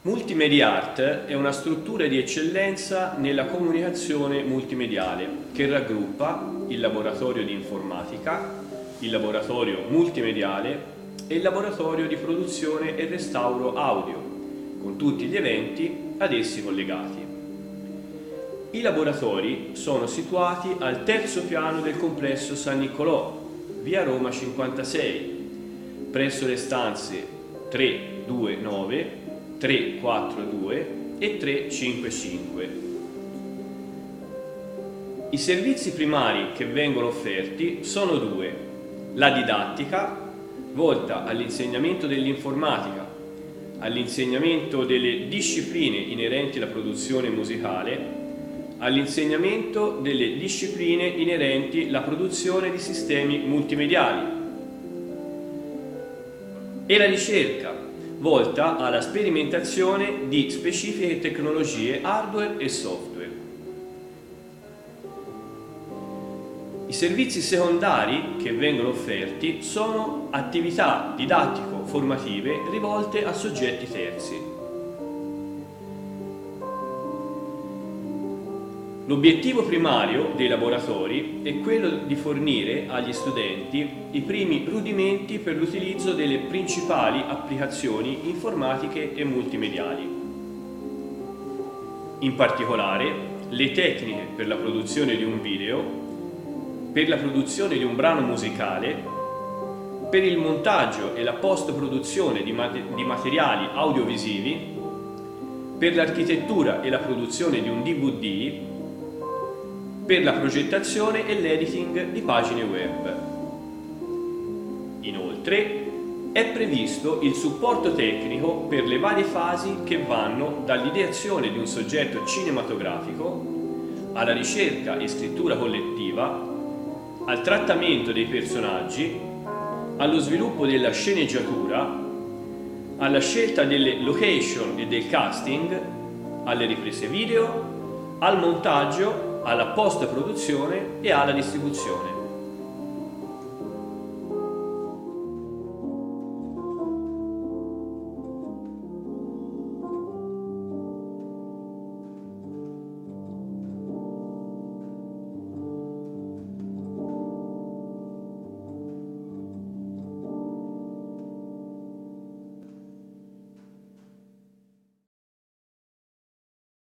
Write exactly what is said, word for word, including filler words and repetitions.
Multimedia Art è una struttura di eccellenza nella comunicazione multimediale che raggruppa il laboratorio di informatica, il laboratorio multimediale e il laboratorio di produzione e restauro audio, con tutti gli eventi ad essi collegati. I laboratori sono situati al terzo piano del complesso San Niccolò, via Roma cinquantasei, presso le stanze tre due nove, tre quattro due e tre cinque cinque. I servizi primari che vengono offerti sono due: la didattica, volta all'insegnamento dell'informatica, all'insegnamento delle discipline inerenti alla produzione musicale, all'insegnamento delle discipline inerenti alla produzione di sistemi multimediali, e la ricerca, volta alla sperimentazione di specifiche tecnologie hardware e software. I servizi secondari che vengono offerti sono attività didattico-formative rivolte a soggetti terzi. L'obiettivo primario dei laboratori è quello di fornire agli studenti i primi rudimenti per l'utilizzo delle principali applicazioni informatiche e multimediali. In particolare, le tecniche per la produzione di un video, per la produzione di un brano musicale, per il montaggio e la post-produzione di, mat- di materiali audiovisivi, per l'architettura e la produzione di un D V D, per la progettazione e l'editing di pagine web. Inoltre, è previsto il supporto tecnico per le varie fasi che vanno dall'ideazione di un soggetto cinematografico, alla ricerca e scrittura collettiva, al trattamento dei personaggi, allo sviluppo della sceneggiatura, alla scelta delle location e del casting, alle riprese video, al montaggio, alla post-produzione e alla distribuzione.